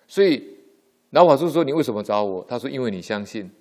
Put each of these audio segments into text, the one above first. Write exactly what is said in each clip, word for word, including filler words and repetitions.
所以老法师说：“你为什么找我？”他说：“因为你相信。”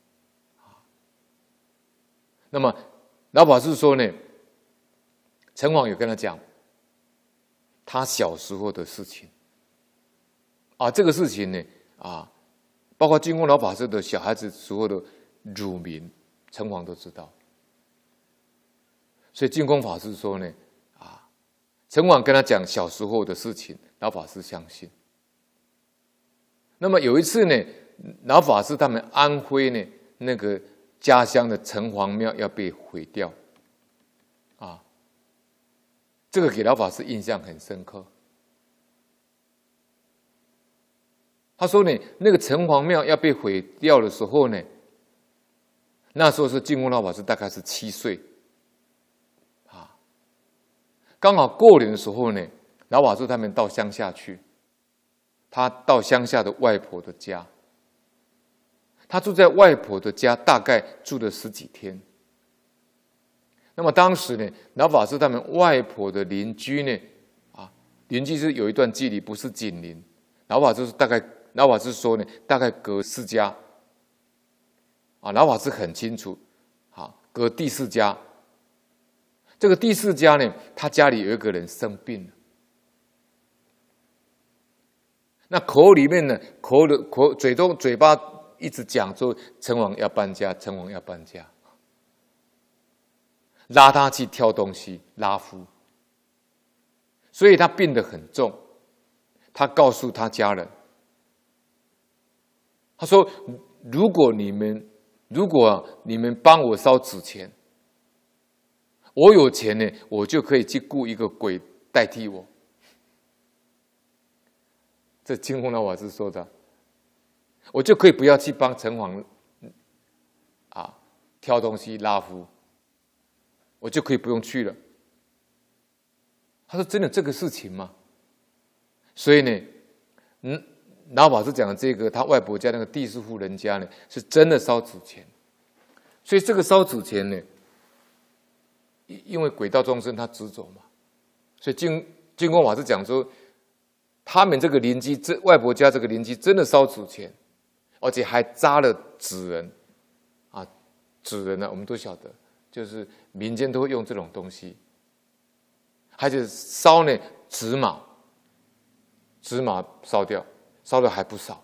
那么老法师说呢，城隍有跟他讲他小时候的事情啊，这个事情呢啊，包括金光老法师的小孩子时候的乳名，城隍都知道。所以净空法师说呢，啊，城隍跟他讲小时候的事情，老法师相信。那么有一次呢，老法师他们安徽呢那个家乡的城隍庙要被毁掉，啊，这个给老法师印象很深刻。他说呢，那个城隍庙要被毁掉的时候呢，那时候是净空老法师大概是七岁。刚好过年的时候呢，老法师他们到乡下去，他到乡下的外婆的家，他住在外婆的家，大概住了十几天。那么当时呢，老法师他们外婆的邻居呢，啊，邻居是有一段距离，不是紧邻。老法师大概，老法师说呢，大概隔四家，啊，老法师很清楚，啊，隔第四家。这个第四家呢，他家里有一个人生病了，那口里面呢，口的口嘴中嘴巴一直讲说城隍要搬家，城隍要搬家，拉他去挑东西，拉夫，所以他病得很重。他告诉他家人，他说：“如果你们如果你们帮我烧纸钱。”我有钱呢，我就可以去雇一个鬼代替我。这净空老法师说的，我就可以不要去帮城隍啊挑东西拉夫，我就可以不用去了。他说：“真的这个事情吗？”所以呢，嗯，老法师讲的这个，他外婆家那个第四户人家呢，是真的烧纸钱。所以这个烧纸钱呢，因为鬼道众生他执着嘛，所以净净空法师讲说，他们这个邻居，这外婆家这个邻居真的烧纸钱，而且还扎了纸人，啊，纸人呢、啊，我们都晓得，就是民间都会用这种东西，还是烧呢纸马，纸马烧掉，烧的还不少。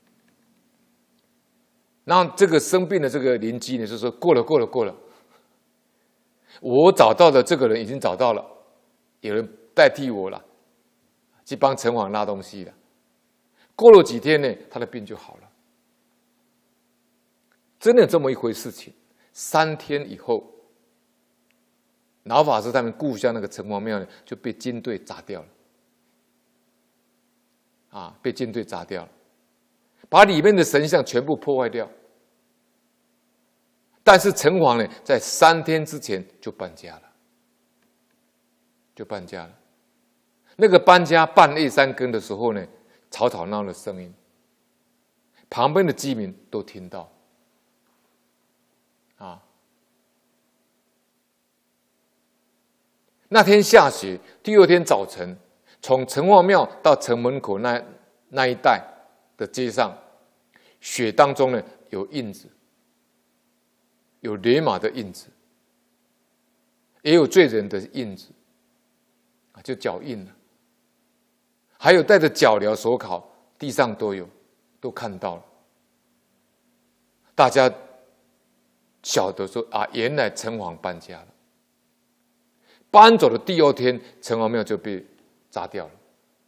那这个生病的这个邻居呢，就说过了过了过了。我找到的这个人已经找到了，有人代替我了，去帮城隍拉东西了。过了几天呢，他的病就好了。真的有这么一回事情。三天以后，老法师他们故乡那个城隍庙呢，就被军队砸掉了。啊，被军队砸掉了，把里面的神像全部破坏掉。但是城隍呢，在三天之前就搬家了，就搬家了。那个搬家半夜三更的时候呢，吵吵闹闹的声音，旁边的居民都听到。啊，那天下雪，第二天早晨，从城隍庙到城门口那那一带的街上，雪当中呢有印子。有野马的印子，也有罪人的印子，啊，就脚印了。还有带着脚镣手铐，地上都有，都看到了。大家晓得说啊，原来城隍搬家了。搬走的第二天，城隍庙就被砸掉了。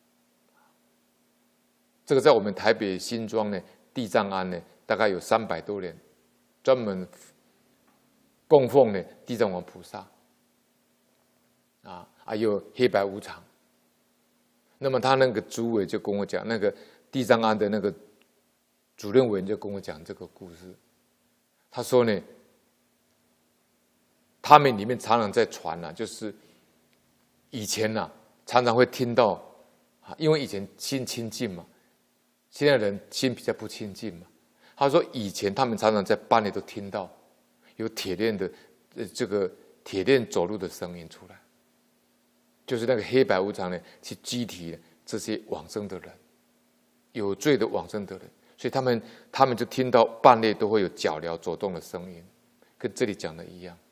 这个在我们台北新庄呢，地藏庵呢，大概有三百多人，专门供奉呢地藏王菩萨，啊，还有黑白无常。那么他那个主委就跟我讲，那个地藏庵的那个主任委员就跟我讲这个故事。他说呢，他们里面常常在传啊，就是以前呐、啊，常常会听到啊，因为以前心亲近嘛，现在人心比较不亲近嘛。他说以前他们常常在半夜都听到有铁链的呃这个铁链走路的声音出来，就是那个黑白无常呢去击提这些往生的人， 有罪的往生的人，所以他们他们就听到半夜都会有脚镣走动的声音，跟这里讲的一样。